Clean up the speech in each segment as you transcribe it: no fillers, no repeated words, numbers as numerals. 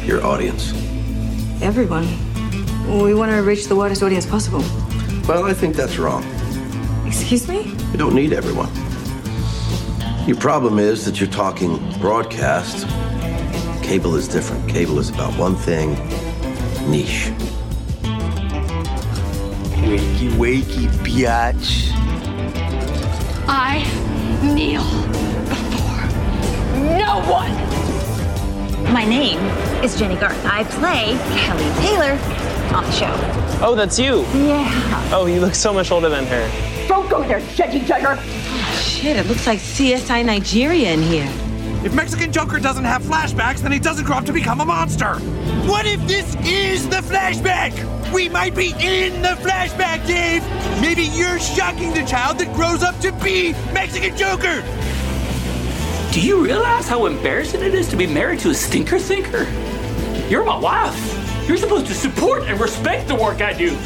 your audience? Everyone. We want to reach the widest audience possible. Well, I think that's wrong. Excuse me? You don't need everyone. Your problem is that you're talking broadcast. Cable is different. Cable is about one thing, niche. Wakey, wakey, biatch. I kneel before no one. My name is Jenny Garth. I play Kelly Taylor on the show. Oh, that's you? Yeah. Oh, you look so much older than her. Don't go there, Jenny Tiger. Shit, it looks like CSI Nigeria in here. If Mexican Joker doesn't have flashbacks, then he doesn't grow up to become a monster. What if this is the flashback? We might be in the flashback, Dave. Maybe you're shocking the child that grows up to be Mexican Joker. Do you realize how embarrassing it is to be married to a stinker thinker? You're my wife. You're supposed to support and respect the work I do.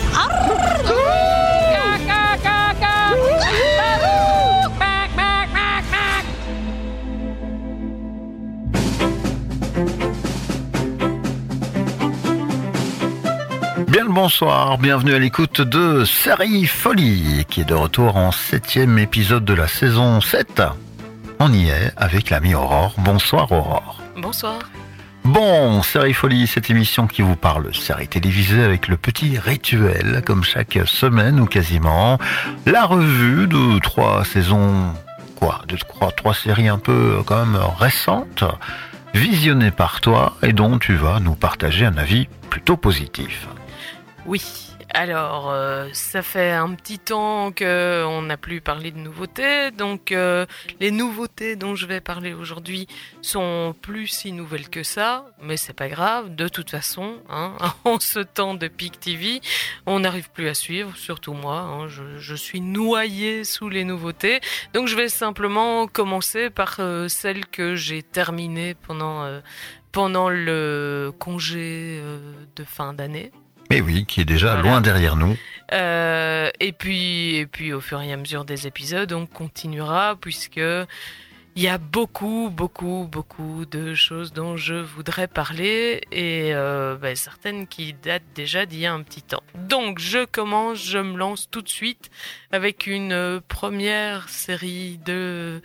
Bien le bonsoir, bienvenue à l'écoute de Série Folie, qui est de retour en 7e épisode de la saison 7. On y est avec l'amie Aurore. Bonsoir Aurore. Bonsoir. Bon, Série Folie, cette émission qui vous parle série télévisée avec le petit rituel, comme chaque semaine ou quasiment. La revue de 3 saisons, trois séries un peu quand même récentes, visionnées par toi et dont tu vas nous partager un avis plutôt positif. Oui, alors ça fait un petit temps qu'on n'a plus parlé de nouveautés, donc les nouveautés dont je vais parler aujourd'hui sont plus si nouvelles que ça, mais c'est pas grave, de toute façon, hein, en ce temps de Peak TV, on n'arrive plus à suivre, surtout moi, hein, je suis noyée sous les nouveautés, donc je vais simplement commencer par celle que j'ai terminée pendant le congé de fin d'année. Mais oui, qui est déjà loin derrière nous. Et puis au fur et à mesure des épisodes, on continuera puisque il y a beaucoup de choses dont je voudrais parler et certaines qui datent déjà d'il y a un petit temps. Donc je me lance tout de suite avec une première série des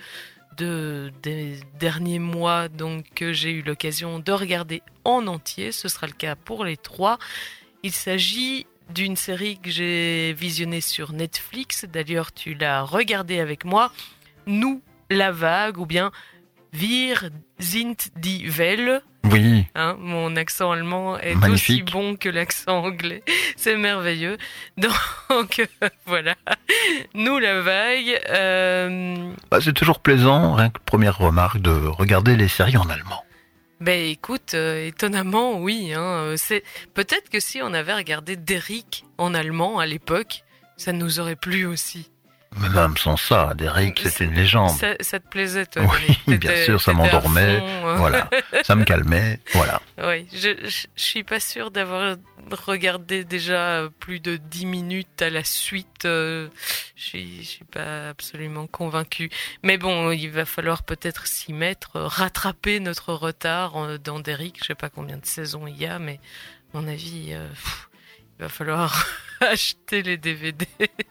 derniers mois donc que j'ai eu l'occasion de regarder en entier. Ce sera le cas pour les 3. Il s'agit d'une série que j'ai visionnée sur Netflix. D'ailleurs, tu l'as regardée avec moi. Nous, la vague, ou bien Wir sind die Welle. Oui. Hein, mon accent allemand est magnifique. Aussi bon que l'accent anglais. C'est merveilleux. Donc, voilà. Nous, la vague. C'est toujours plaisant, rien que première remarque, de regarder les séries en allemand. Ben écoute, étonnamment, oui. Hein, c'est peut-être que si on avait regardé Derrick en allemand à l'époque, ça nous aurait plu aussi. Mais même sans ça, Derrick, c'était une légende. Ça te plaisait, toi? Oui, bien sûr, ça m'endormait. Voilà, ça me calmait. Voilà. Oui, je suis pas sûre d'avoir regardé déjà plus de 10 minutes à la suite. Je suis pas absolument convaincue. Mais bon, il va falloir peut-être s'y mettre, rattraper notre retard dans Derrick. Je sais pas combien de saisons il y a, mais à mon avis, il va falloir acheter les DVD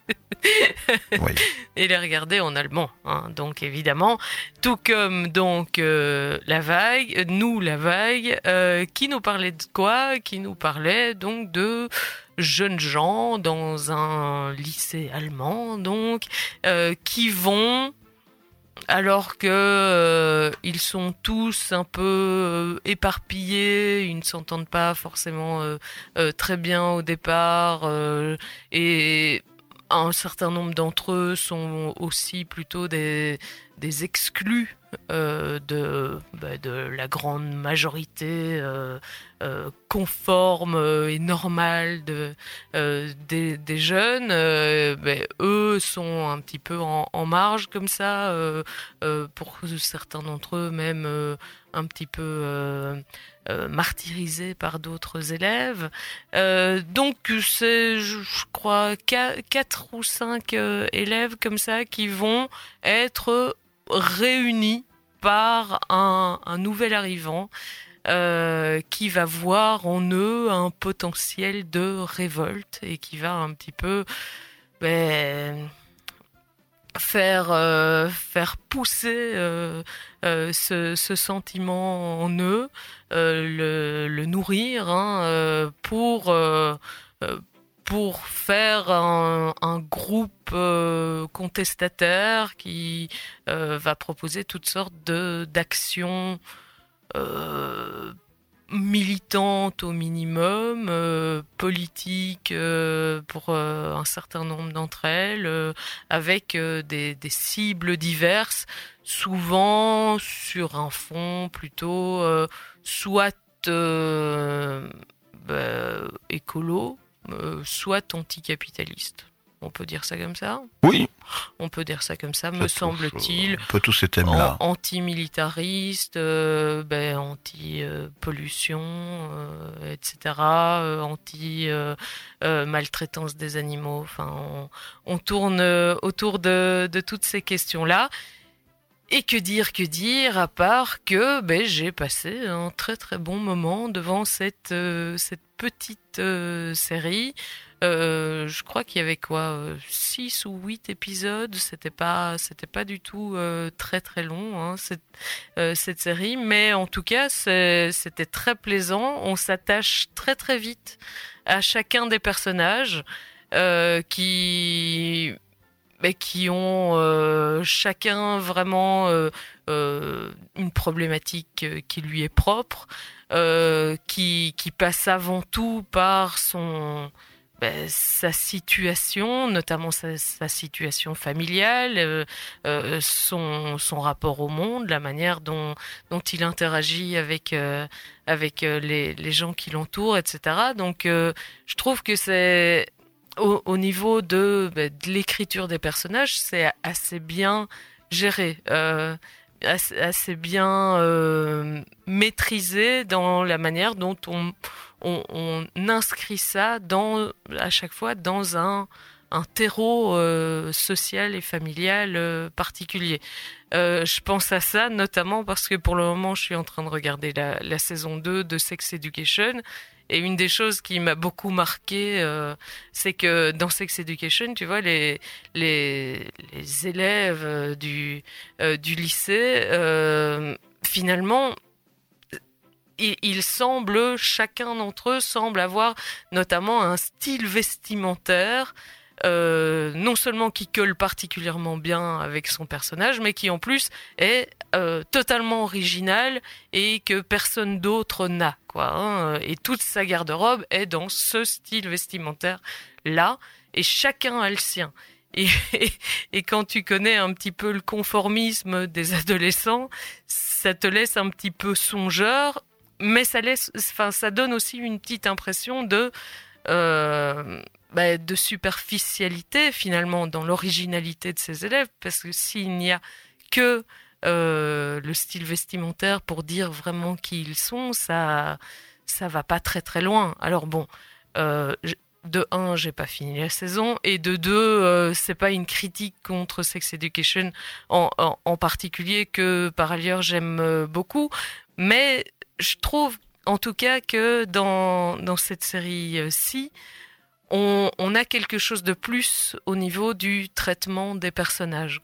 oui. et les regarder en allemand. Hein. Donc évidemment, tout comme donc la vague, qui nous parlait de quoi? Qui nous parlait donc de jeunes gens dans un lycée allemand, donc qui vont, alors que ils sont tous un peu éparpillés, ils ne s'entendent pas forcément très bien au départ, et un certain nombre d'entre eux sont aussi plutôt des exclus de la grande majorité conforme et normale des jeunes. Eux sont un petit peu en marge comme ça, pour certains d'entre eux même un petit peu martyrisés par d'autres élèves. Donc c'est, je crois, 4 ou 5 élèves comme ça qui vont être réunis par un nouvel arrivant qui va voir en eux un potentiel de révolte et qui va un petit peu faire pousser ce sentiment en eux, le nourrir pour faire un groupe contestataire qui va proposer toutes sortes d'actions militantes au minimum, politiques pour un certain nombre d'entre elles, avec des cibles diverses, souvent sur un fond plutôt soit écolo, soit anticapitaliste. On peut dire ça comme ça ? Oui. On peut dire ça comme ça, me semble-t-il. Un peu tous ces thèmes-là. Anti-militariste, anti-pollution, etc. Anti-maltraitance des animaux. Enfin, on tourne autour de toutes ces questions-là. Et que dire, à part que j'ai passé un très très bon moment devant cette petite série. Je crois qu'il y avait 6 ou 8 épisodes. C'était pas du tout très très long cette série, mais en tout cas c'était très plaisant. On s'attache très très vite à chacun des personnages qui ont chacun vraiment une problématique qui lui est propre, qui passe avant tout par sa situation, notamment sa situation familiale, son rapport au monde, la manière dont il interagit avec les gens qui l'entourent, etc. Donc je trouve que c'est au niveau de l'écriture des personnages, c'est assez bien géré, assez bien maîtrisé dans la manière dont on inscrit ça à chaque fois dans un terreau social et familial particulier. Je pense à ça notamment parce que pour le moment, je suis en train de regarder la saison 2 de Sex Education. Et une des choses qui m'a beaucoup marqué, c'est que dans Sex Education, tu vois, les élèves du lycée, finalement, chacun d'entre eux semble avoir notamment un style vestimentaire, non seulement qui colle particulièrement bien avec son personnage, mais qui en plus est totalement original et que personne d'autre n'a, et toute sa garde-robe est dans ce style vestimentaire là, et chacun a le sien. Et quand tu connais un petit peu le conformisme des adolescents, ça te laisse un petit peu songeur, mais ça donne aussi une petite impression de superficialité finalement dans l'originalité de ces élèves, parce que s'il n'y a que le style vestimentaire pour dire vraiment qui ils sont, ça va pas très très loin. Alors bon, de 1, j'ai pas fini la saison, et de 2, c'est pas une critique contre Sex Education en particulier, que par ailleurs j'aime beaucoup, mais je trouve en tout cas que dans cette série-ci, on a quelque chose de plus au niveau du traitement des personnages,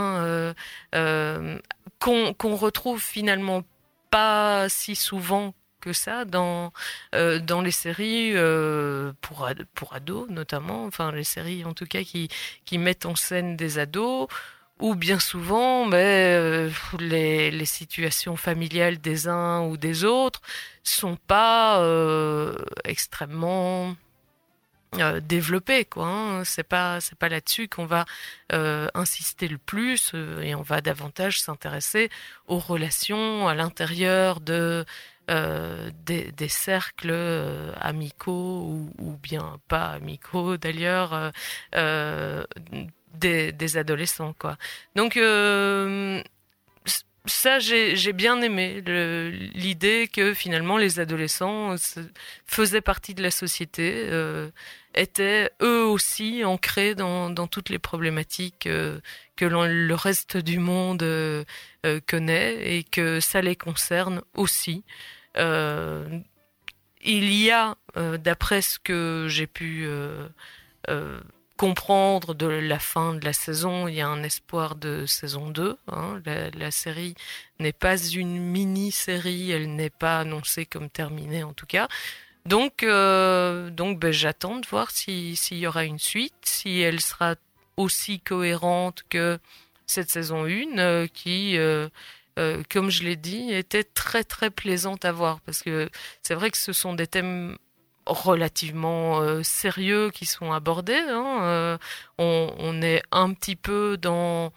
qu'on retrouve finalement pas si souvent que ça dans les séries pour ados notamment, enfin les séries en tout cas qui mettent en scène des ados, où bien souvent les situations familiales des uns ou des autres sont pas extrêmement développées, c'est pas là-dessus qu'on va insister le plus, et on va davantage s'intéresser aux relations à l'intérieur des cercles amicaux ou bien pas amicaux d'ailleurs, des adolescents, Donc ça, j'ai bien aimé l'idée que finalement les adolescents faisaient partie de la société, étaient eux aussi ancrés dans toutes les problématiques que le reste du monde connaît, et que ça les concerne aussi. il y a, d'après ce que j'ai pu comprendre de la fin de la saison, il y a un espoir de saison 2. Hein. La série n'est pas une mini-série, elle n'est pas annoncée comme terminée en tout cas. Donc j'attends de voir s'il y aura une suite, si elle sera aussi cohérente que cette saison 1 qui, comme je l'ai dit, était très très plaisante à voir. Parce que c'est vrai que ce sont des thèmes relativement sérieux qui sont abordés. Hein. On est un petit peu dans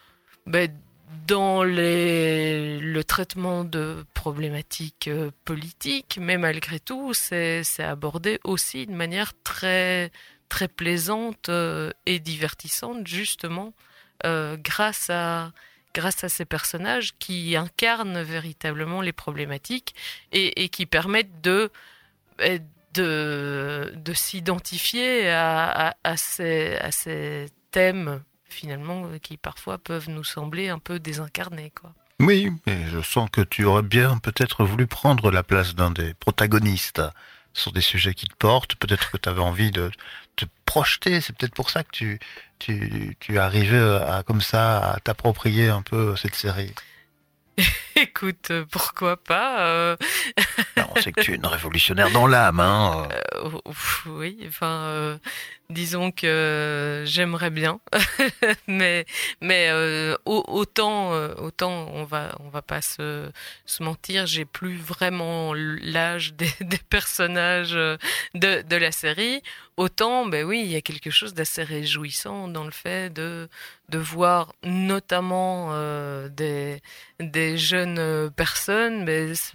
le traitement de problématiques politiques, mais malgré tout, c'est abordé aussi de manière très, très plaisante et divertissante, justement, grâce à ces personnages qui incarnent véritablement les problématiques et qui permettent de s'identifier à ces thèmes finalement qui parfois peuvent nous sembler un peu désincarnés, quoi. Oui, mais je sens que tu aurais bien peut-être voulu prendre la place d'un des protagonistes sur des sujets qui te portent. Peut-être que tu avais envie de te projeter. C'est peut-être pour ça que tu es arrivé comme ça à t'approprier un peu cette série. Écoute, pourquoi pas On sait que tu es une révolutionnaire dans l'âme, hein. Oui, enfin, disons que j'aimerais bien, mais autant on va pas se mentir, j'ai plus vraiment l'âge des personnages de la série. Autant, oui, il y a quelque chose d'assez réjouissant dans le fait de voir notamment des jeunes personnes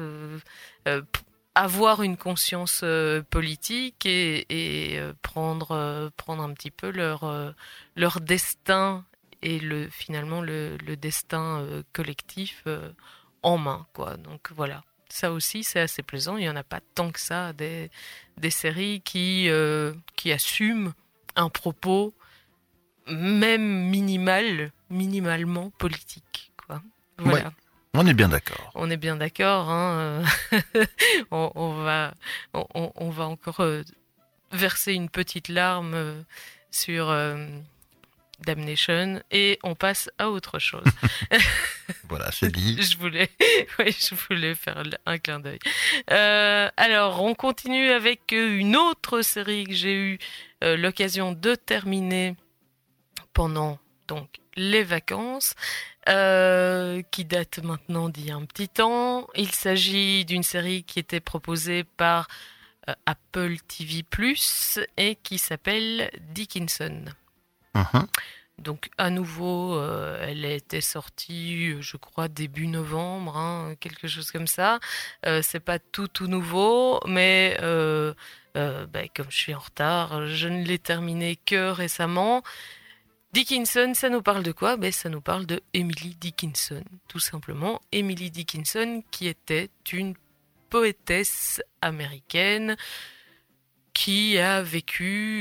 avoir une conscience politique et prendre un petit peu leur destin et finalement le destin collectif en main, quoi. Donc voilà. Ça aussi, c'est assez plaisant. Il n'y en a pas tant que ça des séries qui assument un propos même minimalement politique, quoi. Voilà. Ouais, on est bien d'accord. On est bien d'accord. Hein. on va encore verser une petite larme sur Damnation et on passe à autre chose. Voilà, c'est dit. Je voulais faire un clin d'œil. Alors, on continue avec une autre série que j'ai eu l'occasion de terminer pendant donc les vacances, qui date maintenant d'il y a un petit temps. Il s'agit d'une série qui était proposée par Apple TV+, et qui s'appelle Dickinson. Donc à nouveau, elle était sortie, je crois, début novembre, hein, quelque chose comme ça. C'est pas tout nouveau, mais comme je suis en retard, je ne l'ai terminé que récemment. Dickinson, ça nous parle de quoi ? Ça nous parle de Emily Dickinson, tout simplement. Emily Dickinson, qui était une poétesse américaine qui a vécu...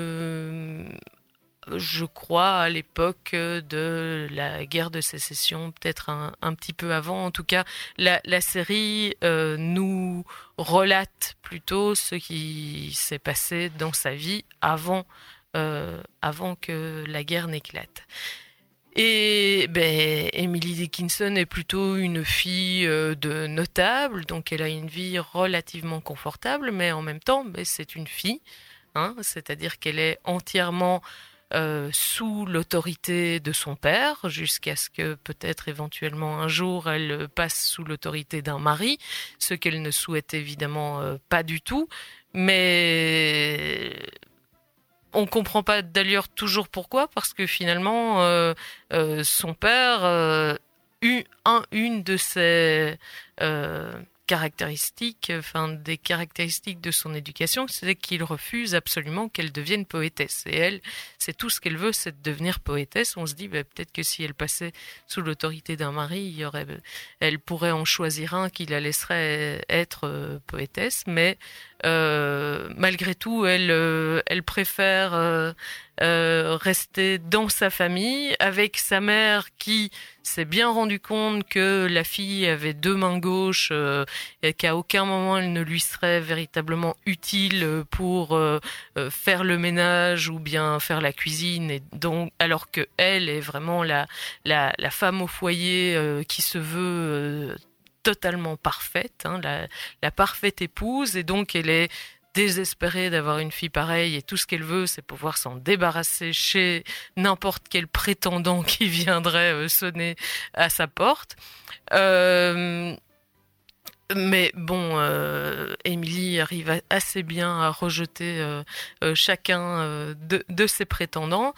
je crois, à l'époque de la guerre de sécession, peut-être un petit peu avant. En tout cas, la série nous relate plutôt ce qui s'est passé dans sa vie avant que la guerre n'éclate. Et Emily Dickinson est plutôt une fille de notable, donc elle a une vie relativement confortable, mais en même temps, c'est une fille, hein, c'est-à-dire qu'elle est entièrement sous l'autorité de son père, jusqu'à ce que peut-être éventuellement un jour elle passe sous l'autorité d'un mari, ce qu'elle ne souhaite évidemment pas du tout, mais on comprend pas d'ailleurs toujours pourquoi, parce que finalement son père une de ses caractéristiques, des caractéristiques de son éducation, c'est qu'il refuse absolument qu'elle devienne poétesse. Et elle, c'est tout ce qu'elle veut, c'est de devenir poétesse. On se dit, peut-être que si elle passait sous l'autorité d'un mari, elle pourrait en choisir un qui la laisserait être poétesse, mais malgré tout, elle préfère rester dans sa famille avec sa mère qui s'est bien rendu compte que la fille avait 2 mains gauches et qu'à aucun moment elle ne lui serait véritablement utile pour faire le ménage ou bien faire la cuisine, et donc alors que elle est vraiment la femme au foyer qui se veut totalement parfaite, hein, la parfaite épouse, et donc elle est désespérée d'avoir une fille pareille, et tout ce qu'elle veut, c'est pouvoir s'en débarrasser chez n'importe quel prétendant qui viendrait sonner à sa porte. Mais bon, Emily arrive assez bien à rejeter chacun de ses prétendants.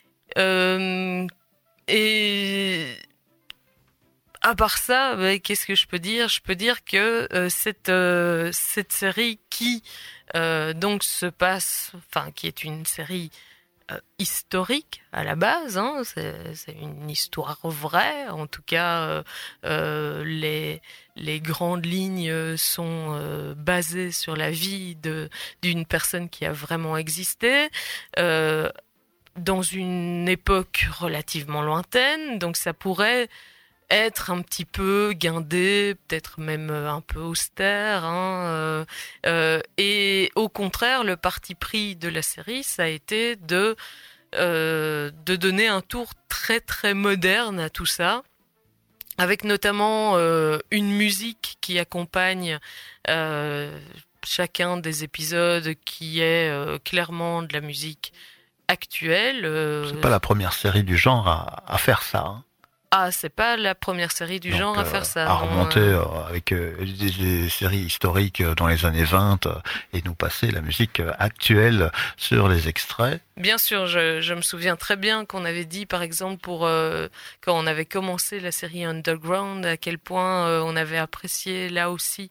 Et à part ça, qu'est-ce que je peux dire ? Je peux dire que cette série qui donc se passe, enfin qui est une série historique à la base, hein, c'est une histoire vraie. En tout cas, les grandes lignes sont basées sur la vie d'une personne qui a vraiment existé. Dans une époque relativement lointaine, donc ça pourrait être un petit peu guindé, peut-être même un peu austère, hein, et au contraire, le parti pris de la série, ça a été de donner un tour très très moderne à tout ça, avec notamment une musique qui accompagne chacun des épisodes, qui est clairement de la musique actuelle. C'est pas la première série du genre à faire ça, hein. Ah, c'est pas la première série du genre à faire ça. À remonter avec des séries historiques dans les années 20 et nous passer la musique actuelle sur les extraits. Bien sûr, je me souviens très bien qu'on avait dit, par exemple, quand on avait commencé la série Underground, à quel point on avait apprécié là aussi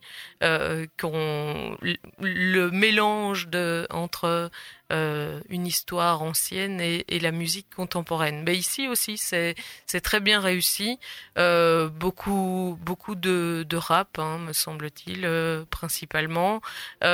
le mélange entre une histoire ancienne et la musique contemporaine. Mais ici aussi, c'est très bien réussi. Beaucoup de rap, hein, me semble-t-il, principalement.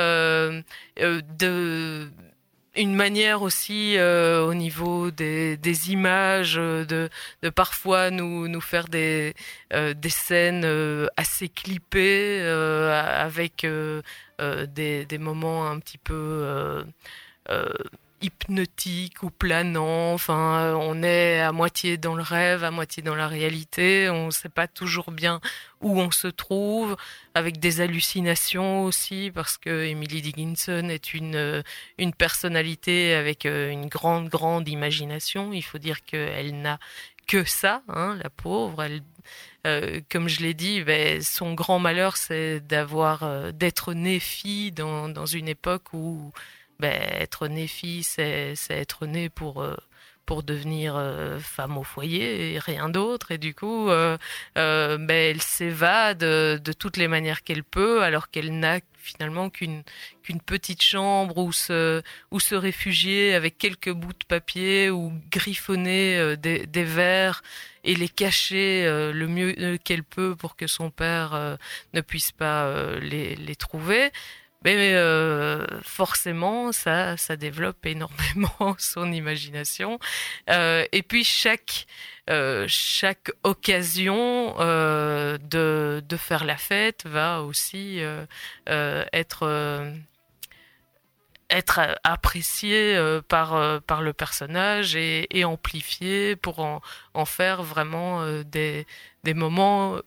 Une manière aussi au niveau des images, de parfois nous faire des scènes assez clippées, avec des moments un petit peu hypnotique ou planant. Enfin, on est à moitié dans le rêve, à moitié dans la réalité. On ne sait pas toujours bien où on se trouve, avec des hallucinations aussi, parce que Emily Dickinson est une personnalité avec une grande imagination. Il faut dire qu'elle n'a que ça, hein, la pauvre. Elle, comme je l'ai dit, son grand malheur, c'est d'être née fille dans une époque où être née fille, c'est être née pour devenir femme au foyer et rien d'autre. Et du coup, elle s'évade de toutes les manières qu'elle peut, alors qu'elle n'a finalement qu'une petite chambre où se réfugier avec quelques bouts de papier ou griffonner des vers et les cacher le mieux qu'elle peut pour que son père ne puisse pas les trouver. Mais forcément, ça développe énormément son imagination. Et puis chaque occasion de faire la fête va aussi être appréciée par le personnage et amplifiée pour en faire vraiment des moments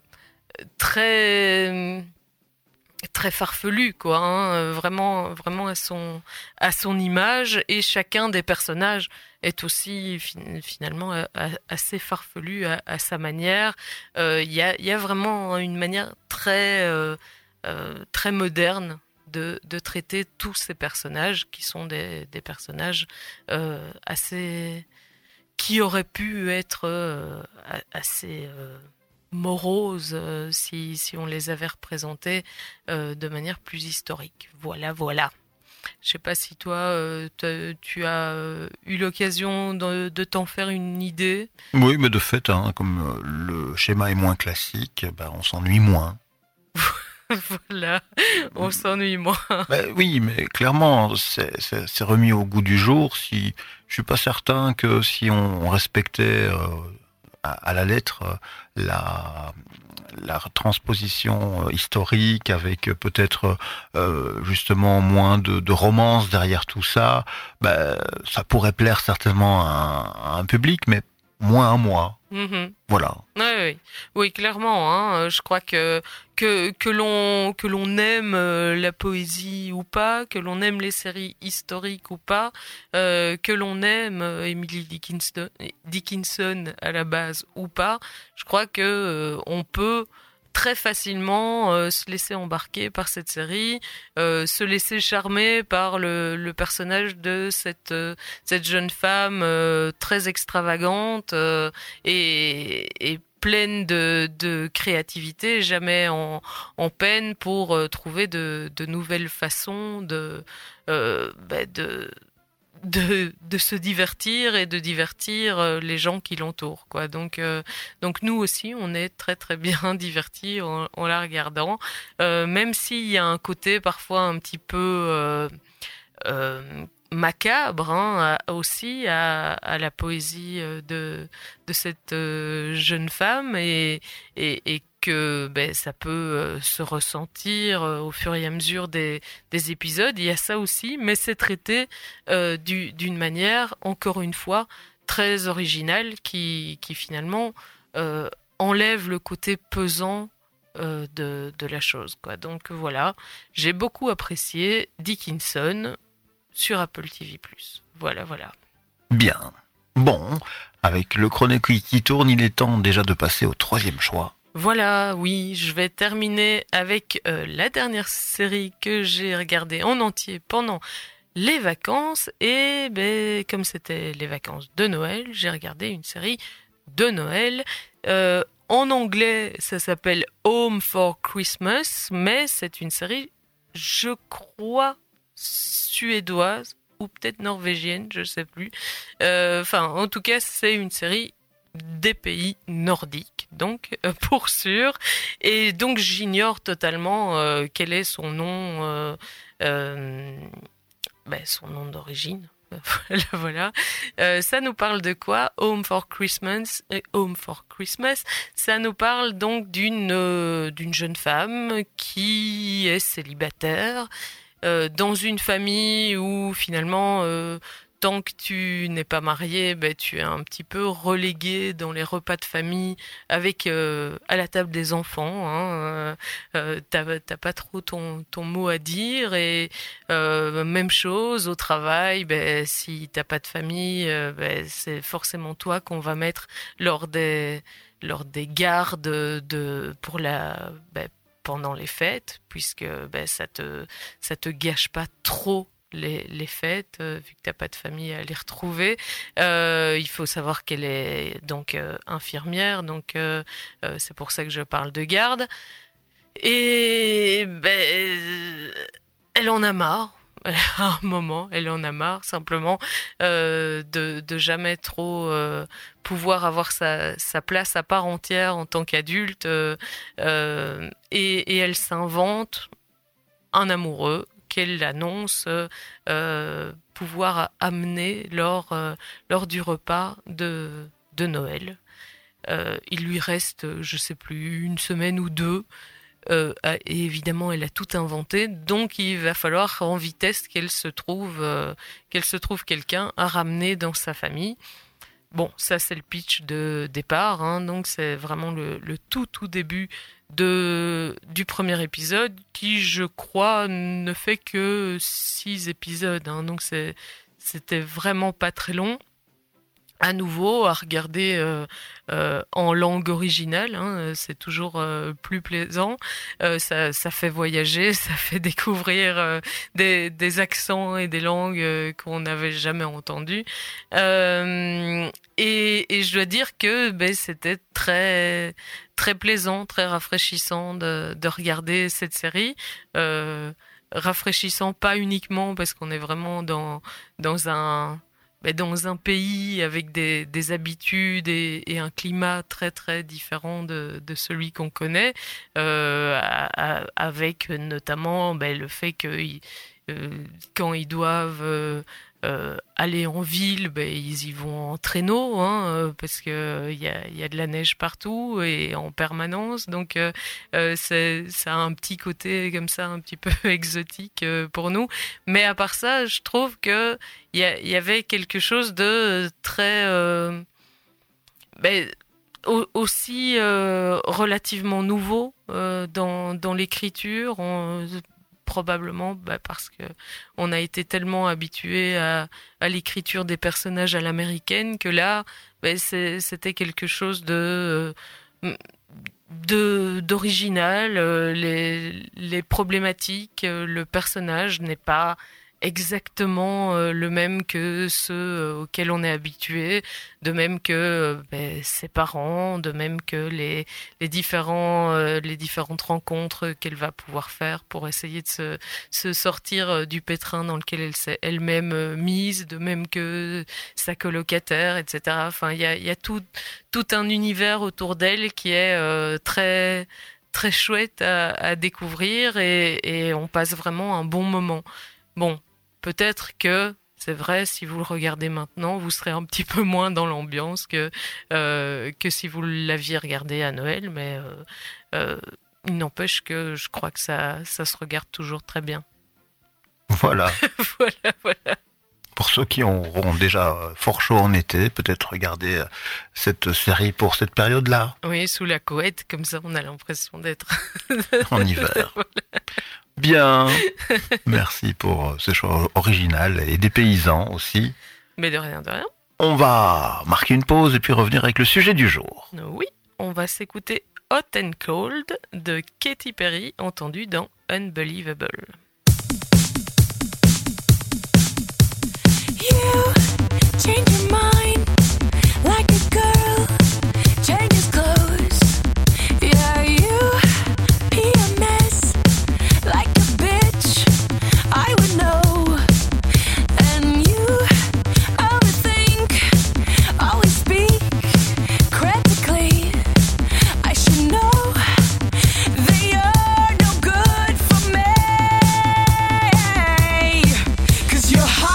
très farfelu, quoi, hein, vraiment à son image, et chacun des personnages est aussi finalement assez farfelu à sa manière. Il y a vraiment une manière très moderne de traiter tous ces personnages qui sont des personnages assez qui auraient pu être assez moroses si on les avait représentés de manière plus historique. Voilà. Je sais pas si toi, tu as eu l'occasion de t'en faire une idée. Oui, mais de fait, hein, comme le schéma est moins classique, on s'ennuie moins. Voilà, on s'ennuie moins. Oui, mais clairement, c'est remis au goût du jour. Si je suis pas certain que si on respectait à la lettre la transposition historique avec peut-être justement moins de romance derrière tout ça, ça pourrait plaire certainement à un public, mais moins à moi. Mm-hmm. Voilà. Oui, clairement. Hein, je crois que l'on aime la poésie ou pas, que l'on aime les séries historiques ou pas, que l'on aime Emily Dickinson à la base ou pas, je crois que on peut très facilement se laisser embarquer par cette série, se laisser charmer par le personnage de cette jeune femme très extravagante et pleine de créativité, jamais en peine pour trouver de nouvelles façons de se divertir et de divertir les gens qui l'entourent, quoi. Donc nous aussi, on est très très bien divertis en la regardant, même s'il y a un côté parfois un petit peu macabre, hein, aussi à la poésie de cette jeune femme et que ça peut se ressentir au fur et à mesure des épisodes. Il y a ça aussi, mais c'est traité d'une manière, encore une fois, très originale qui finalement enlève le côté pesant de la chose, quoi. Donc voilà, j'ai beaucoup apprécié Dickinson sur Apple TV+. Voilà. Bien. Bon, avec le chrono qui tourne, il est temps déjà de passer au troisième choix. Voilà, oui, je vais terminer avec la dernière série que j'ai regardée en entier pendant les vacances. Et comme c'était les vacances de Noël, j'ai regardé une série de Noël. En anglais, ça s'appelle Home for Christmas, mais c'est une série, je crois, suédoise ou peut-être norvégienne, je sais plus. En tout cas, c'est une série des pays nordiques, donc pour sûr. Et donc j'ignore totalement quel est son nom, son nom d'origine. Voilà. Ça nous parle de quoi? Home for Christmas. Ça nous parle donc d'une jeune femme qui est célibataire dans une famille où finalement tant que tu n'es pas marié, tu es un petit peu relégué dans les repas de famille avec à la table des enfants. Hein, t'as pas trop ton mot à dire et même chose au travail. Si t'as pas de famille, c'est forcément toi qu'on va mettre lors des gardes pendant les fêtes, puisque ça te gâche pas trop les fêtes, vu que t'as pas de famille à les retrouver. Il faut savoir qu'elle est donc infirmière, donc c'est pour ça que je parle de garde. Et elle en a marre. À un moment, elle en a marre simplement de jamais trop pouvoir avoir sa place à part entière en tant qu'adulte, et elle s'invente un amoureux qu'elle annonce pouvoir amener lors du repas de Noël. Il lui reste, je sais plus, une semaine ou deux. Et évidemment, elle a tout inventé, donc il va falloir en vitesse qu'elle se trouve quelqu'un à ramener dans sa famille. Bon, ça c'est le pitch de départ, hein, donc c'est vraiment le tout début du premier épisode qui, je crois, ne fait que 6 épisodes, hein, donc c'était vraiment pas très long. À nouveau, à regarder en langue originale, hein, c'est toujours plus plaisant. Ça fait voyager, ça fait découvrir des accents et des langues qu'on n'avait jamais entendues. Et je dois dire que c'était très très plaisant, très rafraîchissant de regarder cette série. Rafraîchissant pas uniquement parce qu'on est vraiment dans dans un pays avec des habitudes et un climat très très différent de celui qu'on connaît, avec notamment le fait que quand ils doivent aller en ville, ils y vont en traîneau, parce que y a de la neige partout et en permanence, donc ça a un petit côté comme ça un petit peu exotique pour nous. Mais à part ça, je trouve que il y avait quelque chose de très aussi relativement nouveau dans l'écriture. Probablement parce que on a été tellement habitué à l'écriture des personnages à l'américaine que là, c'était quelque chose d'original. Les problématiques, le personnage n'est pas exactement le même que ceux auxquels on est habitué, de même que ses parents, de même que les différentes rencontres qu'elle va pouvoir faire pour essayer de se sortir du pétrin dans lequel elle s'est elle-même mise, de même que sa colocataire, etc. Enfin, il y a tout un univers autour d'elle qui est très très chouette à découvrir et on passe vraiment un bon moment. Bon, peut-être que, c'est vrai, si vous le regardez maintenant, vous serez un petit peu moins dans l'ambiance que si vous l'aviez regardé à Noël, mais il n'empêche que je crois que ça se regarde toujours très bien. Voilà. Voilà. Pour ceux qui auront déjà fort chaud en été, peut-être regarder cette série pour cette période-là. Oui, sous la couette, comme ça on a l'impression d'être en hiver. Voilà. Bien, merci pour ce choix original et dépaysant aussi. Mais de rien. On va marquer une pause et puis revenir avec le sujet du jour. Oui, on va s'écouter Hot and Cold de Katy Perry, entendu dans Unbelievable. You change your mind like a girl changes clothes. Yeah, you be a mess like a bitch. I would know. And you overthink, always speak critically. I should know that you're no good for me. 'Cause you're hot.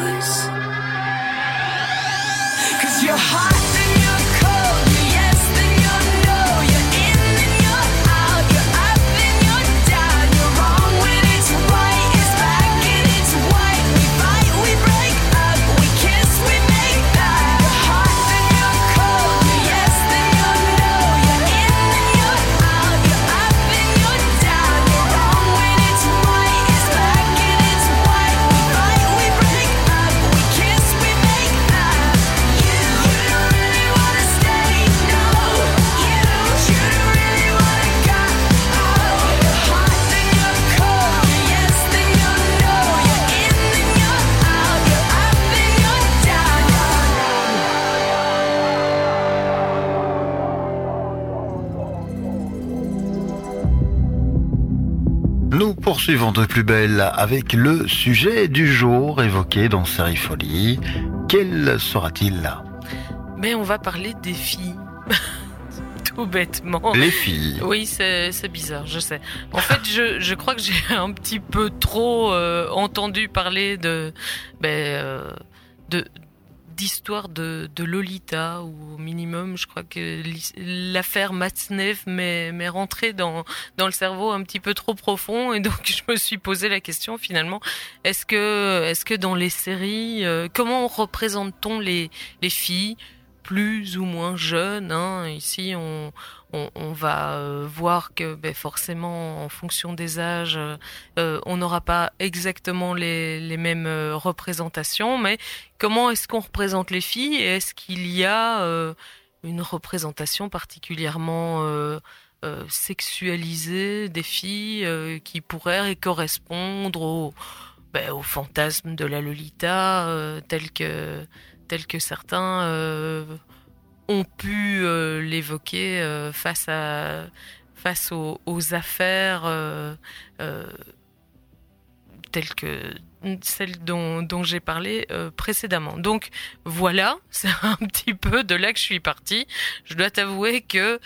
You're hot and you're cold, you're yes and Nous poursuivons de plus belle avec le sujet du jour évoqué dans Série Folie. Quel sera-t-il là ? Mais on va parler des filles. Tout bêtement. Les filles. Oui, c'est bizarre, je sais. En fait, je crois que j'ai un petit peu trop entendu parler d'histoire de Lolita, ou au minimum, je crois que l'affaire Matzneff m'est rentrée dans le cerveau un petit peu trop profond, et donc je me suis posé la question finalement, est-ce que dans les séries, comment représente-t-on les filles plus ou moins jeunes, hein. Ici, on va voir que forcément, en fonction des âges, on n'aura pas exactement les mêmes représentations, mais comment est-ce qu'on représente les filles, et est-ce qu'il y a une représentation particulièrement sexualisée des filles qui pourrait correspondre au fantasme de la Lolita tel que certains ont pu l'évoquer face aux affaires telles que celles dont j'ai parlé précédemment. Donc voilà, c'est un petit peu de là que je suis partie. Je dois t'avouer que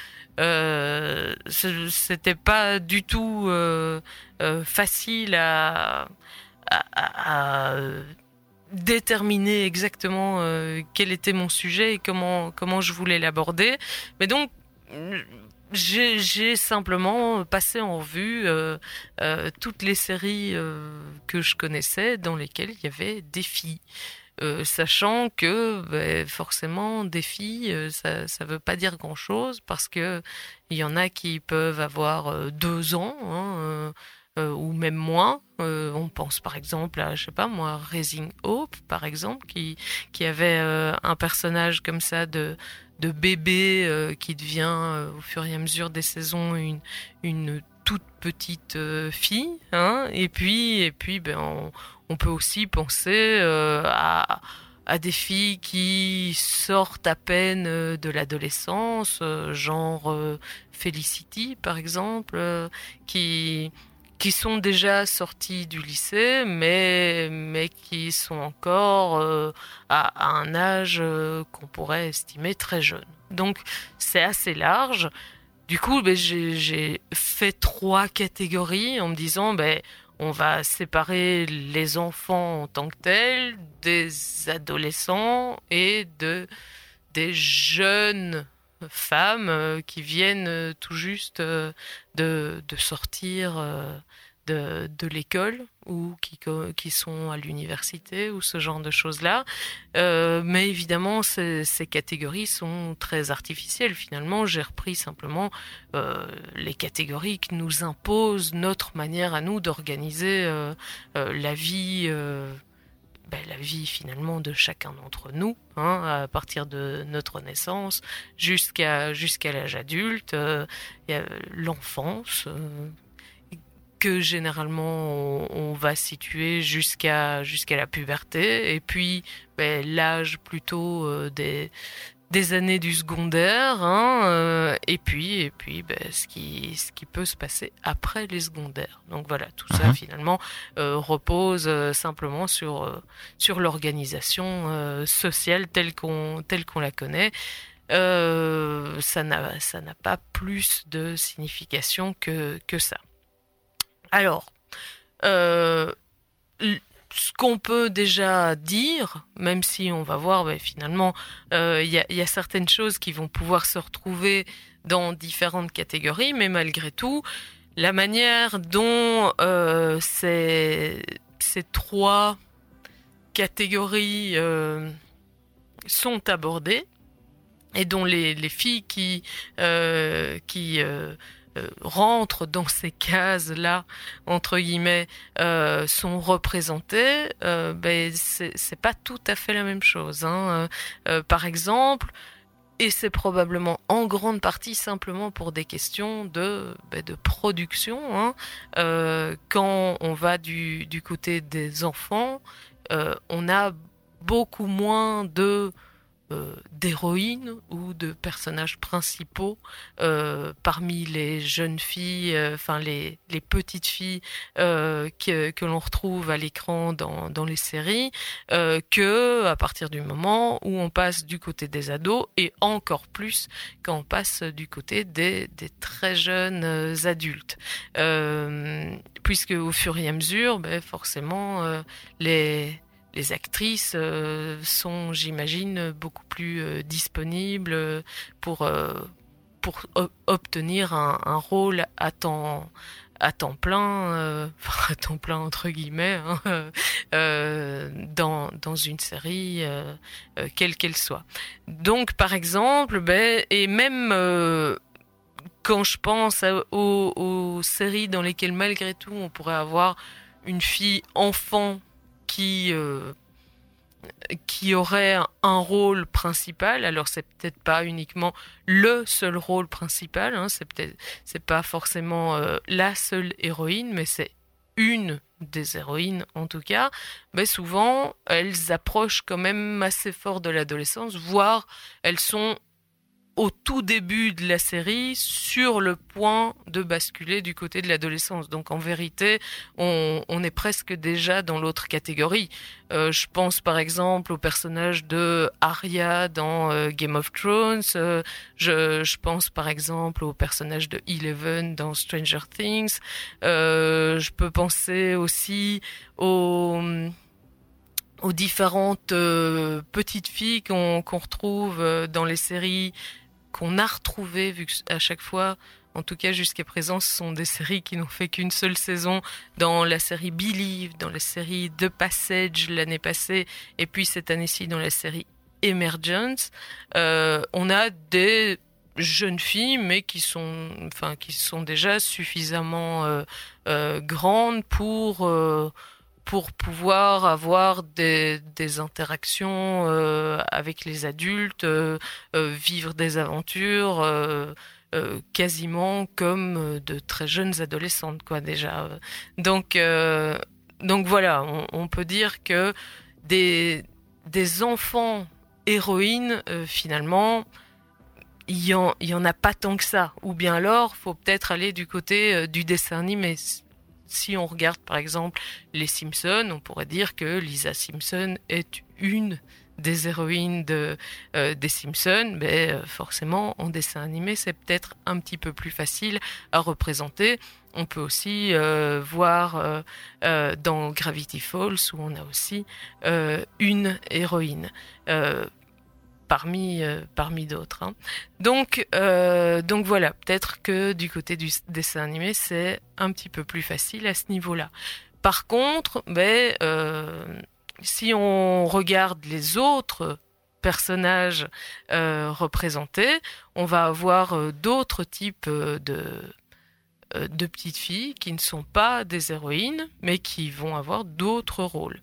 c'était pas du tout facile à déterminer exactement quel était mon sujet et comment je voulais l'aborder. Mais donc, j'ai simplement passé en revue toutes les séries que je connaissais dans lesquelles il y avait des filles. Sachant que forcément des filles, ça veut pas dire grand-chose, parce que il y en a qui peuvent avoir 2 ans, hein, ou même moins. On pense par exemple à, je sais pas moi, Raising Hope, par exemple, qui avait un personnage comme ça de bébé qui devient au fur et à mesure des saisons une toute petite fille, hein. Et puis on peut aussi penser à des filles qui sortent à peine de l'adolescence, genre Felicity par exemple, qui sont déjà sortis du lycée, mais qui sont encore à un âge qu'on pourrait estimer très jeune. Donc c'est assez large. Du coup, j'ai fait 3 catégories en me disant, on va séparer les enfants en tant que tels, des adolescents et des jeunes femmes qui viennent tout juste de sortir de l'école, ou qui sont à l'université, ou ce genre de choses-là. Mais évidemment, ces catégories sont très artificielles. Finalement, j'ai repris simplement les catégories que nous impose notre manière à nous d'organiser la vie finalement de chacun d'entre nous, hein, à partir de notre naissance jusqu'à l'âge adulte. Il y a l'enfance que généralement on va situer jusqu'à la puberté, et puis l'âge plutôt des années du secondaire, hein, et puis ce qui peut se passer après les secondaires. Donc voilà, tout ça finalement repose simplement sur l'organisation sociale telle qu'on la connaît. Ça n'a pas plus de signification que ça. Alors, ce qu'on peut déjà dire, même si on va voir, finalement, il y a certaines choses qui vont pouvoir se retrouver dans différentes catégories, mais malgré tout, la manière dont ces 3 catégories sont abordées, et dont les filles qui rentrent dans ces cases-là, entre guillemets, sont représentées, c'est pas tout à fait la même chose, hein. Par exemple, et c'est probablement en grande partie simplement pour des questions de production, hein, quand on va du côté des enfants, on a beaucoup moins de d'héroïnes ou de personnages principaux parmi les jeunes filles, les petites filles que l'on retrouve à l'écran dans les séries, que à partir du moment où on passe du côté des ados, et encore plus quand on passe du côté des très jeunes adultes. Puisque au fur et à mesure, forcément, les actrices sont, j'imagine, beaucoup plus disponibles pour obtenir un rôle à temps plein, à temps plein entre guillemets, dans une série, quelle qu'elle soit. Donc, par exemple, et même quand je pense aux séries dans lesquelles, malgré tout, on pourrait avoir une fille enfant qui aurait un rôle principal. Alors c'est peut-être pas uniquement le seul rôle principal, c'est pas forcément la seule héroïne, mais c'est une des héroïnes en tout cas. Mais souvent elles approchent quand même assez fort de l'adolescence, voire elles sont au tout début de la série sur le point de basculer du côté de l'adolescence. Donc en vérité, on est presque déjà dans l'autre catégorie. Je pense par exemple au personnage de Arya dans Game of Thrones. Je pense par exemple au personnage de Eleven dans Stranger Things. Je peux penser aussi aux différentes petites filles qu'on retrouve dans les séries, qu'on a retrouvées, vu qu'à chaque fois, en tout cas jusqu'à présent, ce sont des séries qui n'ont fait qu'une seule saison, dans la série Believe, dans la série The Passage l'année passée, et puis cette année-ci dans la série Emergence. On a des jeunes filles, mais qui sont déjà suffisamment grandes pour pouvoir avoir des interactions avec les adultes, vivre des aventures quasiment comme de très jeunes adolescentes, quoi, déjà. Donc voilà, on peut dire que des enfants héroïnes, finalement, il y en a pas tant que ça. Ou bien alors, faut peut-être aller du côté du dessin animé. Si on regarde par exemple les Simpsons, on pourrait dire que Lisa Simpson est une des héroïnes des Simpsons, mais forcément en dessin animé c'est peut-être un petit peu plus facile à représenter. On peut aussi voir dans Gravity Falls où on a aussi une héroïne. Parmi d'autres. Donc voilà, peut-être que du côté du dessin animé, c'est un petit peu plus facile à ce niveau-là. Par contre, si on regarde les autres personnages représentés, on va avoir d'autres types de petites filles qui ne sont pas des héroïnes, mais qui vont avoir d'autres rôles.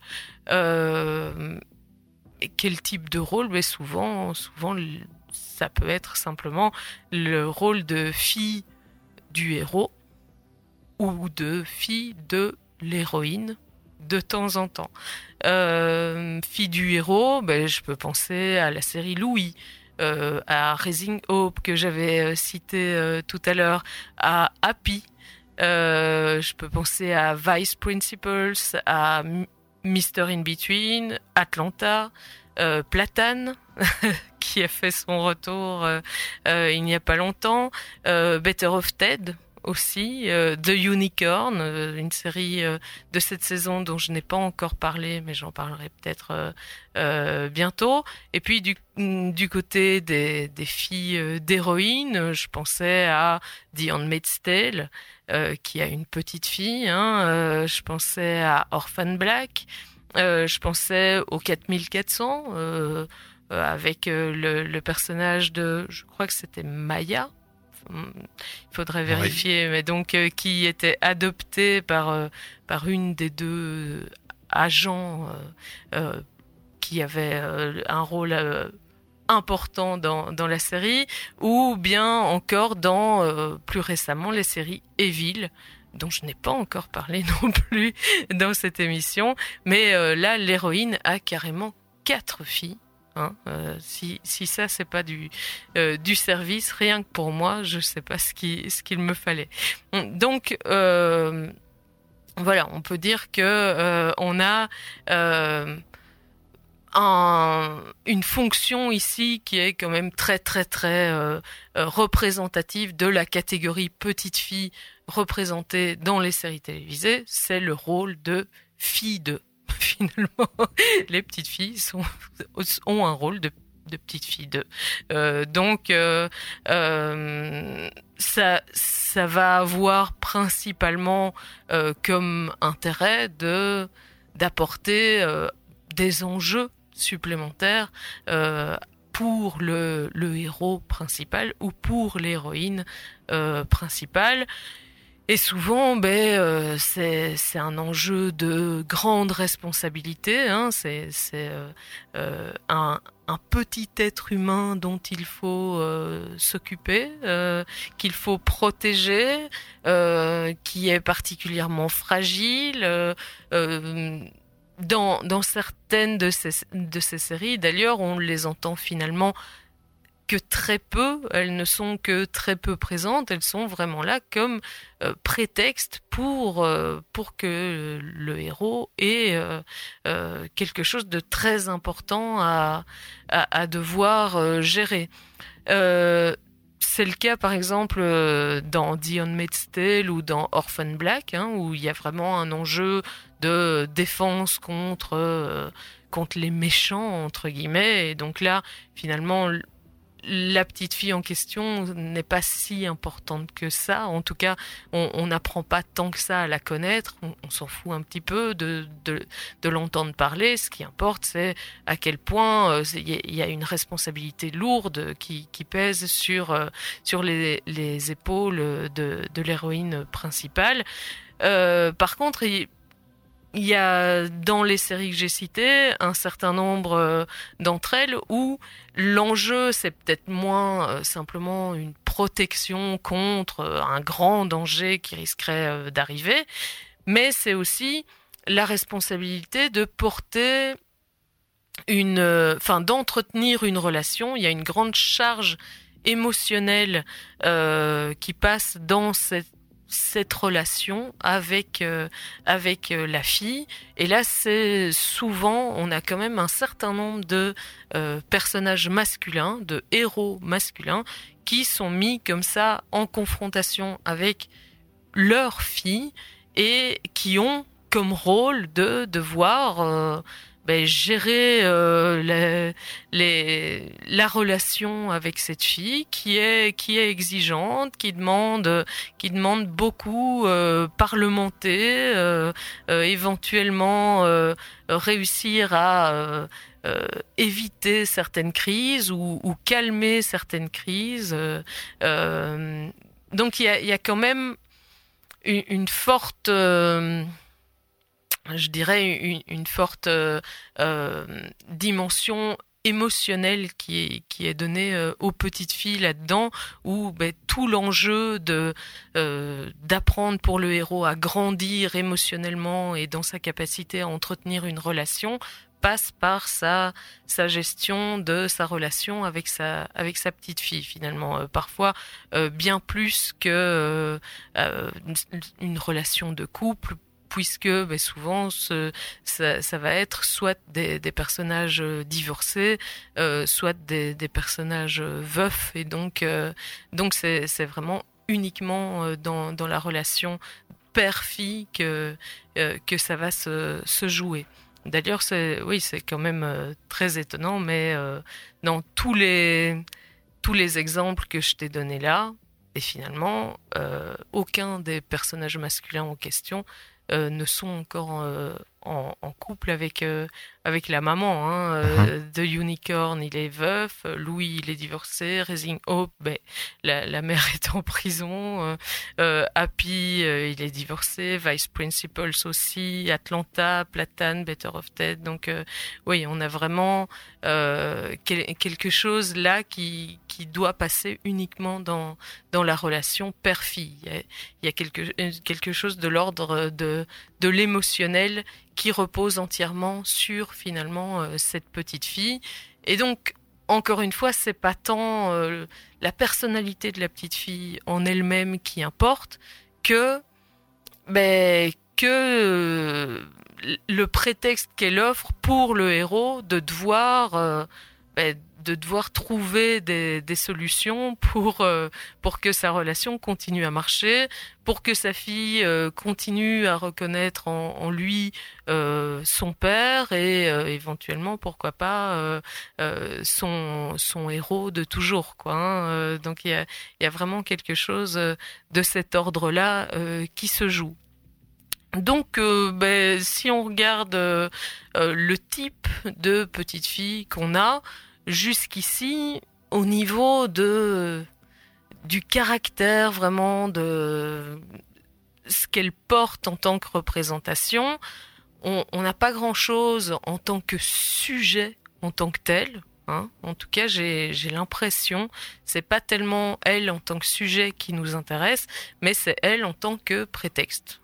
Et quel type de rôle? Souvent, ça peut être simplement le rôle de fille du héros ou de fille de l'héroïne de temps en temps. Fille du héros, je peux penser à la série Louis, à Raising Hope que j'avais cité tout à l'heure, à Happy. Je peux penser à Vice Principals, à Mr. In Between, Atlanta, Platane, qui a fait son retour il n'y a pas longtemps, Better Off Ted aussi, The Unicorn, une série de cette saison dont je n'ai pas encore parlé, mais j'en parlerai peut-être bientôt. Et puis du côté des filles d'héroïnes, je pensais à The Handmaid's Tale, qui a une petite fille, je pensais à Orphan Black, je pensais au 4400, avec le personnage de, je crois que c'était Maya, il faudrait vérifier, oui. Mais donc qui était adoptée par une des deux agents qui avait un rôle important dans la série, ou bien encore dans plus récemment les séries Evil, dont je n'ai pas encore parlé non plus dans cette émission, mais là l'héroïne a carrément 4 filles. Hein. Si ça c'est pas du service, rien que pour moi, je sais pas ce qu'il me fallait. Donc voilà, on peut dire que on a une fonction ici qui est quand même très très très représentative de la catégorie petite fille représentée dans les séries télévisées. C'est le rôle de fille de. Finalement, les petites filles ont un rôle de petite fille de. Donc ça va avoir principalement comme intérêt d'apporter des enjeux supplémentaires pour le héros principal ou pour l'héroïne principale. Et souvent, c'est un enjeu de grande responsabilité. Hein. C'est un petit être humain dont il faut s'occuper, qu'il faut protéger, qui est particulièrement fragile. Dans certaines de ces séries, d'ailleurs, on les entend finalement que très peu, elles ne sont que très peu présentes, elles sont vraiment là comme prétexte pour que le héros ait quelque chose de très important à devoir gérer. C'est le cas par exemple dans The Handmaid's Tale ou dans Orphan Black, hein, où il y a vraiment un enjeu de défense contre les méchants, entre guillemets, et donc là, finalement, la petite fille en question n'est pas si importante que ça. En tout cas, on n'apprend pas tant que ça à la connaître. On s'en fout un petit peu de l'entendre parler. Ce qui importe, c'est à quel point il y a une responsabilité lourde qui pèse sur les épaules de l'héroïne principale. Par contre, il y a dans les séries que j'ai citées un certain nombre d'entre elles où l'enjeu c'est peut-être moins simplement une protection contre un grand danger qui risquerait d'arriver, mais c'est aussi la responsabilité de porter d'entretenir une relation. Il y a une grande charge émotionnelle qui passe dans cette relation avec la fille, et là c'est souvent on a quand même un certain nombre de personnages masculins, de héros masculins qui sont mis comme ça en confrontation avec leur fille et qui ont comme rôle de devoir gérer la relation avec cette fille qui est exigeante, qui demande beaucoup, parlementer, éventuellement réussir à éviter certaines crises ou calmer certaines crises. Donc il y a quand même une forte je dirais une forte dimension émotionnelle qui est donnée aux petites filles là-dedans, où tout l'enjeu d'apprendre pour le héros à grandir émotionnellement et dans sa capacité à entretenir une relation passe par sa gestion de sa relation avec sa petite fille finalement, parfois bien plus que une relation de couple, puisque souvent ça va être soit des personnages divorcés, soit des personnages veufs, et donc c'est vraiment uniquement dans la relation père-fille que ça va se jouer. D'ailleurs, c'est quand même très étonnant, mais dans tous les exemples que je t'ai donnés là, et finalement, aucun des personnages masculins en question ne sont encore en couple avec la maman. Hein. The Unicorn, il est veuf. Louis, il est divorcé. Raising Hope, la mère est en prison. Happy, il est divorcé. Vice Principals aussi. Atlanta, Platane, Better of Ted. Donc oui, on a vraiment quelque chose là qui doit passer uniquement dans la relation père-fille. Il y a quelque chose de l'ordre de l'émotionnel qui repose entièrement sur finalement cette petite fille, Et donc, encore une fois, c'est pas tant la personnalité de la petite fille en elle-même qui importe que le prétexte qu'elle offre pour le héros de devoir trouver des solutions pour que sa relation continue à marcher, pour que sa fille continue à reconnaître en lui son père et éventuellement, pourquoi pas, son héros de toujours, quoi. Hein. Donc il y a vraiment quelque chose de cet ordre-là qui se joue. Donc, si on regarde le type de petite fille qu'on a, jusqu'ici, au niveau du caractère vraiment de ce qu'elle porte en tant que représentation, on n'a pas grand-chose en tant que sujet, en tant que tel. Hein. En tout cas, j'ai l'impression, c'est pas tellement elle en tant que sujet qui nous intéresse, mais c'est elle en tant que prétexte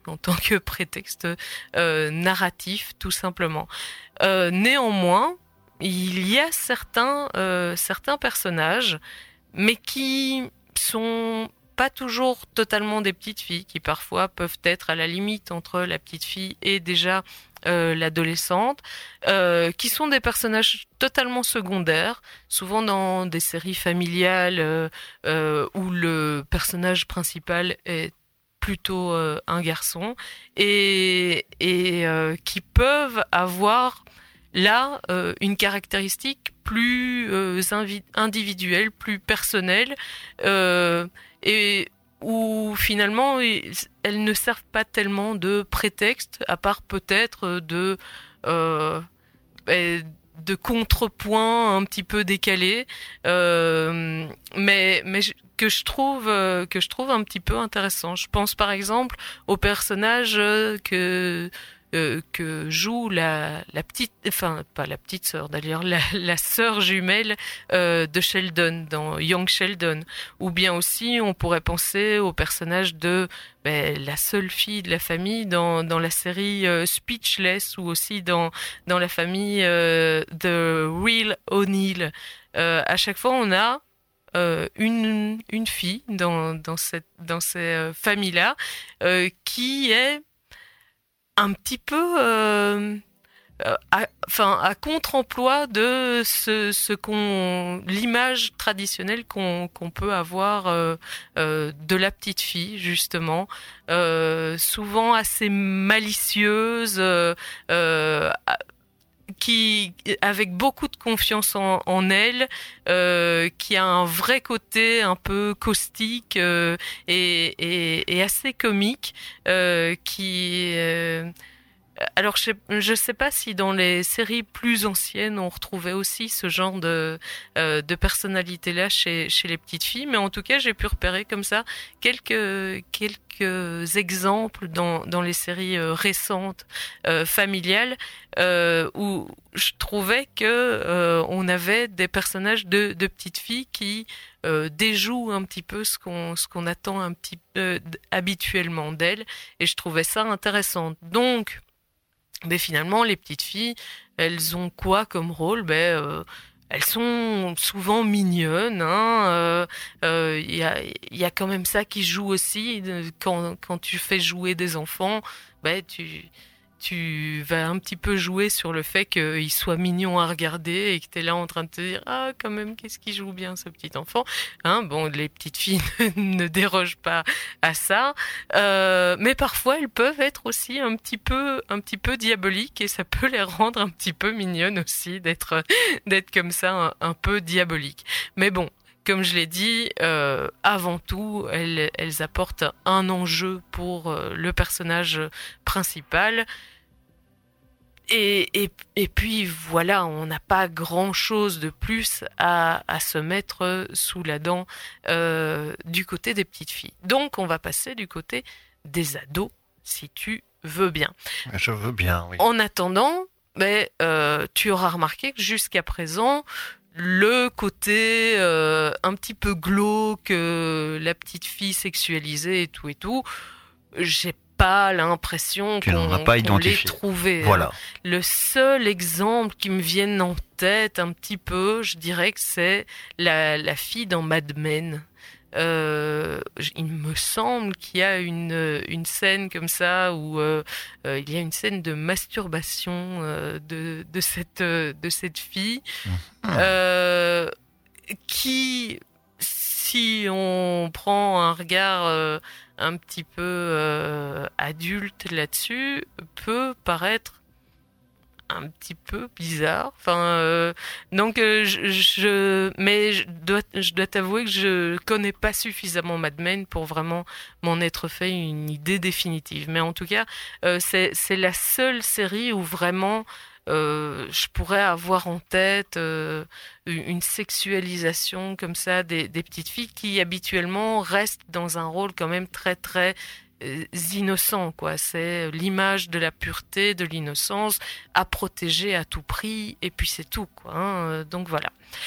narratif, tout simplement. Néanmoins, il y a certains personnages, mais qui sont pas toujours totalement des petites filles, qui parfois peuvent être à la limite entre la petite fille et déjà l'adolescente, qui sont des personnages totalement secondaires, souvent dans des séries familiales où le personnage principal est plutôt un garçon, et qui peuvent avoir là une caractéristique plus individuelle, plus personnelle, et où finalement elles ne servent pas tellement de prétexte, à part peut-être de contrepoint un petit peu décalé, mais que je trouve un petit peu intéressant. Je pense par exemple au personnage que joue la petite, enfin pas la petite sœur d'ailleurs, la sœur jumelle de Sheldon dans Young Sheldon, ou bien aussi on pourrait penser au personnage de la seule fille de la famille dans la série Speechless, ou aussi dans la famille de Will O'Neill. À chaque fois on a une fille dans ces familles-là qui est un petit peu à contre-emploi de l'image traditionnelle qu'on peut avoir de la petite fille, justement, souvent assez malicieuse, qui avec beaucoup de confiance en elle, qui a un vrai côté un peu caustique et assez comique, qui alors je sais pas si dans les séries plus anciennes on retrouvait aussi ce genre de personnalité là chez les petites filles, mais en tout cas j'ai pu repérer comme ça quelques exemples dans les séries récentes familiales où je trouvais que on avait des personnages de petites filles qui déjouent un petit peu ce qu'on attend un petit peu habituellement d'elles, et je trouvais ça intéressant. Donc mais finalement, les petites filles, elles ont quoi comme rôle? Elles sont souvent mignonnes. Y a quand même ça qui joue aussi. Quand tu fais jouer des enfants, tu vas un petit peu jouer sur le fait qu'ils soient mignons à regarder et que tu es là en train de te dire « Ah, quand même, qu'est-ce qu'il joue bien, ce petit enfant ?» Bon, les petites filles ne dérogent pas à ça. Mais parfois, elles peuvent être aussi un petit peu diaboliques, et ça peut les rendre un petit peu mignonnes aussi d'être comme ça, un peu diaboliques. Mais bon, comme je l'ai dit, avant tout, elles apportent un enjeu pour le personnage principal. Et puis voilà, on n'a pas grand-chose de plus à se mettre sous la dent du côté des petites filles. Donc on va passer du côté des ados, si tu veux bien. Je veux bien, oui. En attendant, tu auras remarqué que jusqu'à présent, le côté un petit peu glauque, la petite fille sexualisée et tout, j'ai pas l'impression Tu n'en as qu'on pas l'ait identifié. trouvé. Voilà. Le seul exemple qui me vienne en tête un petit peu, je dirais que c'est la fille dans Mad Men. Il me semble qu'il y a une scène comme ça où il y a une scène de masturbation de cette fille qui, si on prend un regard un petit peu adulte là-dessus, peut paraître un petit peu bizarre. Enfin, donc, mais je dois t'avouer que je connais pas suffisamment Mad Men pour vraiment m'en être fait une idée définitive. Mais en tout cas, c'est la seule série où vraiment je pourrais avoir en tête une sexualisation comme ça des petites filles qui habituellement restent dans un rôle quand même très très innocent, quoi. C'est l'image de la pureté, de l'innocence à protéger à tout prix, et puis c'est tout, quoi, hein. Donc voilà.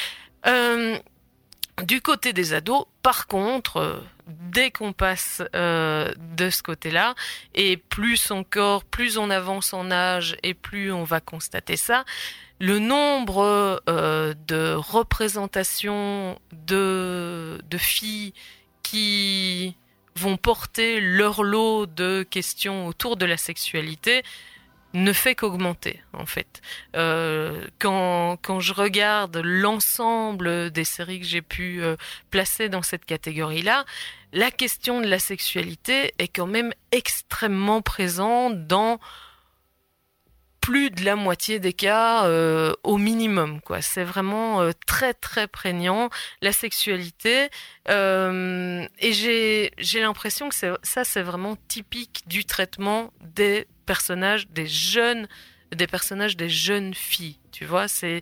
Du côté des ados, par contre, dès qu'on passe de ce côté-là, et plus encore, plus on avance en âge et plus on va constater ça, le nombre de représentations de filles qui vont porter leur lot de questions autour de la sexualité ne fait qu'augmenter, en fait. Quand je regarde l'ensemble des séries que j'ai pu placer dans cette catégorie-là, la question de la sexualité est quand même extrêmement présente dans plus de la moitié des cas au minimum, quoi. C'est vraiment très très prégnant, la sexualité, et j'ai l'impression que c'est vraiment typique du traitement des personnages des jeunes filles, tu vois. C'est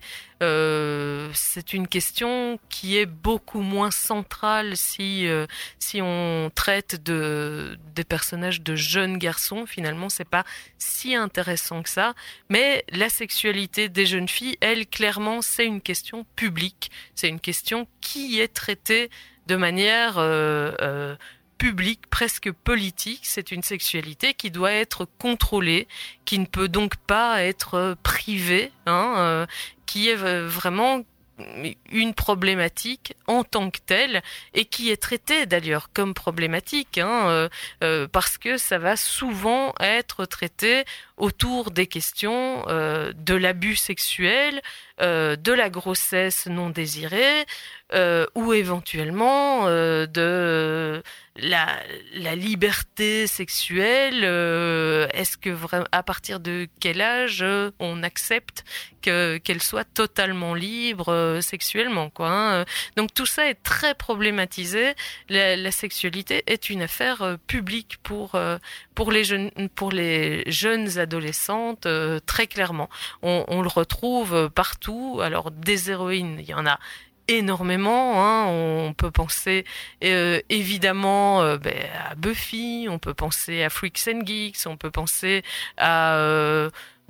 une question qui est beaucoup moins centrale si on traite des personnages de jeunes garçons. Finalement, c'est pas si intéressant que ça. Mais la sexualité des jeunes filles, elle, clairement, c'est une question publique. C'est une question qui est traitée de manière publique, presque politique. C'est une sexualité qui doit être contrôlée, qui ne peut donc pas être privée, qui est vraiment une problématique en tant que telle, et qui est traitée d'ailleurs comme problématique, parce que ça va souvent être traité autour des questions de l'abus sexuel, de la grossesse non désirée, ou éventuellement de la liberté sexuelle. Est-ce que vraiment, à partir de quel âge on accepte qu'elle soit totalement libre sexuellement, quoi, hein. Donc tout ça est très problématisé. La sexualité est une affaire publique pour les jeunes adolescentes, très clairement. On le retrouve partout. Alors des héroïnes, il y en a énormément, hein. On peut penser évidemment à Buffy, on peut penser à Freaks and Geeks, on peut penser à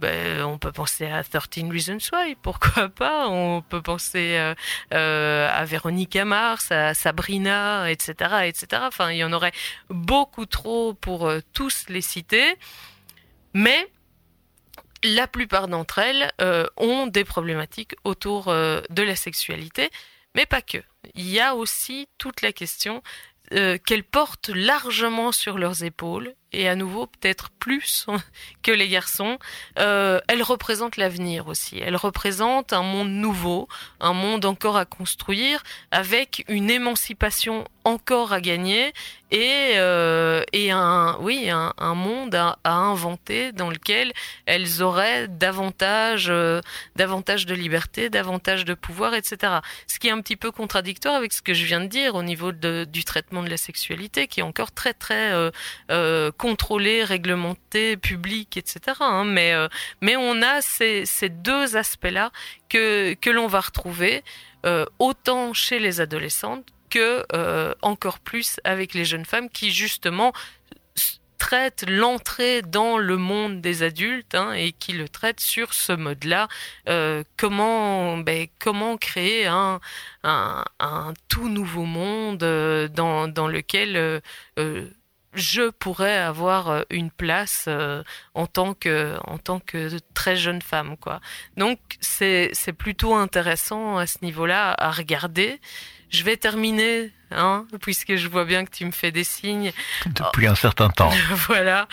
13 Reasons Why, pourquoi pas. On peut penser à Véronica Mars, à Sabrina, etc., etc. Enfin, il y en aurait beaucoup trop pour tous les citer, mais la plupart d'entre elles ont des problématiques autour de la sexualité, mais pas que. Il y a aussi toute la question qu'elles portent largement sur leurs épaules, et à nouveau peut-être plus que les garçons. Elles représentent l'avenir aussi. Elles représentent un monde nouveau, un monde encore à construire, avec une émancipation encore à gagner, et un monde à inventer, dans lequel elles auraient davantage de liberté, davantage de pouvoir, etc. Ce qui est un petit peu contradictoire avec ce que je viens de dire au niveau du traitement de la sexualité, qui est encore très très contrôlé, réglementé, public, etc. Mais on a ces deux aspects-là que l'on va retrouver autant chez les adolescentes que encore plus avec les jeunes femmes, qui justement traitent l'entrée dans le monde des adultes, et qui le traitent sur ce mode-là. Comment créer un tout nouveau monde dans lequel je pourrais avoir une place en tant que très jeune femme, quoi. Donc c'est plutôt intéressant à ce niveau-là à regarder. Je vais terminer, puisque je vois bien que tu me fais des signes. Depuis un certain temps. Voilà,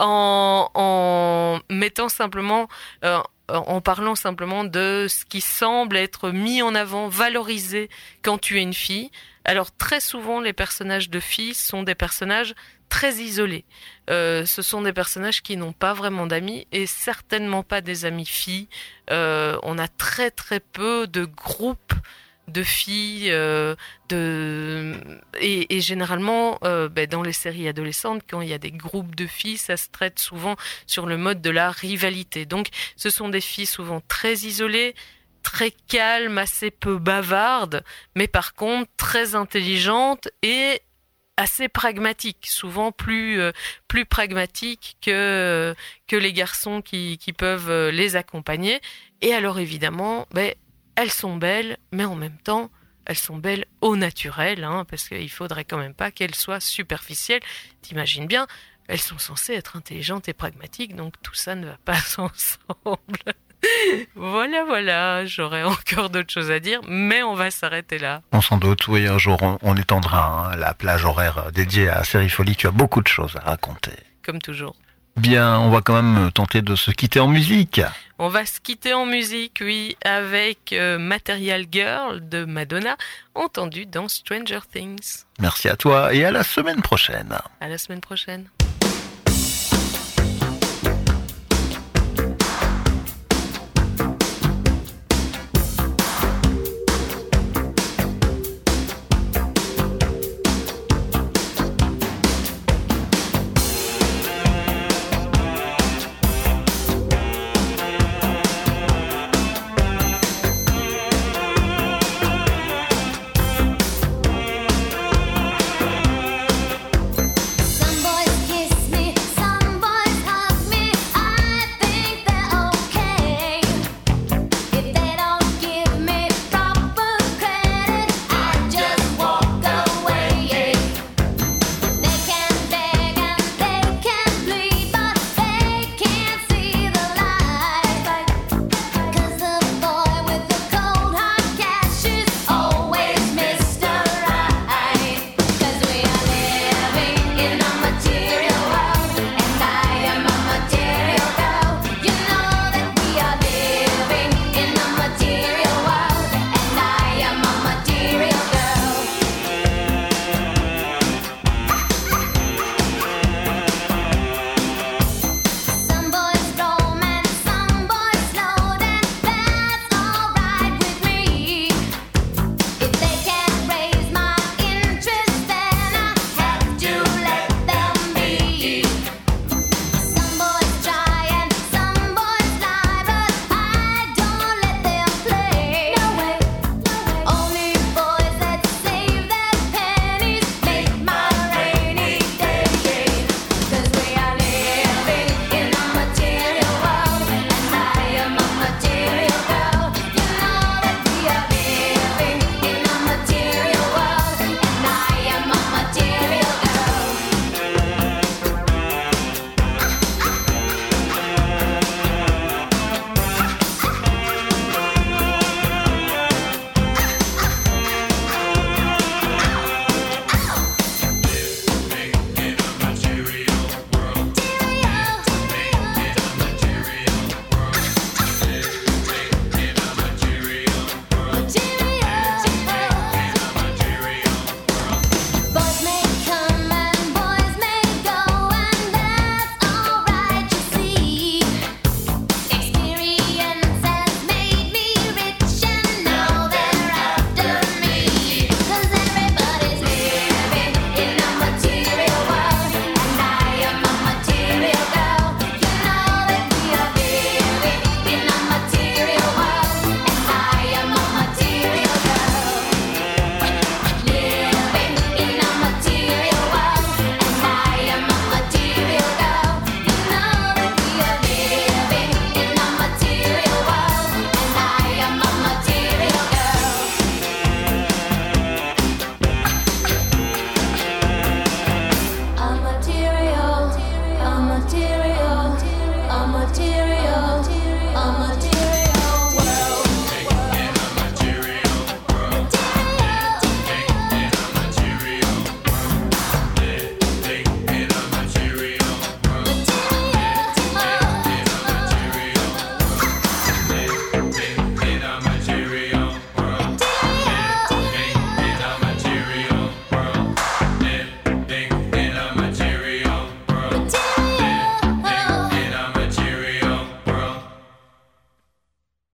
en mettant simplement, en parlant simplement de ce qui semble être mis en avant, valorisé quand tu es une fille. Alors très souvent, les personnages de filles sont des personnages très isolés. Ce sont des personnages qui n'ont pas vraiment d'amis et certainement pas des amis filles. On a très très peu de groupes de filles et généralement dans les séries adolescentes, quand il y a des groupes de filles, ça se traite souvent sur le mode de la rivalité. Donc ce sont des filles souvent très isolées, très calmes, assez peu bavardes, mais par contre très intelligentes et assez pragmatiques, souvent plus pragmatiques que les garçons qui peuvent les accompagner. Et alors évidemment, elles sont belles, mais en même temps, elles sont belles au naturel, parce qu'il faudrait quand même pas qu'elles soient superficielles. T'imagines bien, elles sont censées être intelligentes et pragmatiques, donc tout ça ne va pas ensemble. Voilà, j'aurais encore d'autres choses à dire, mais on va s'arrêter là. On s'en doute, oui, un jour on étendra la plage horaire dédiée à Série Folie. Tu as beaucoup de choses à raconter. Comme toujours. Bien, on va quand même tenter de se quitter en musique. On va se quitter en musique, oui, avec Material Girl de Madonna, entendu dans Stranger Things. Merci à toi et à la semaine prochaine. À la semaine prochaine.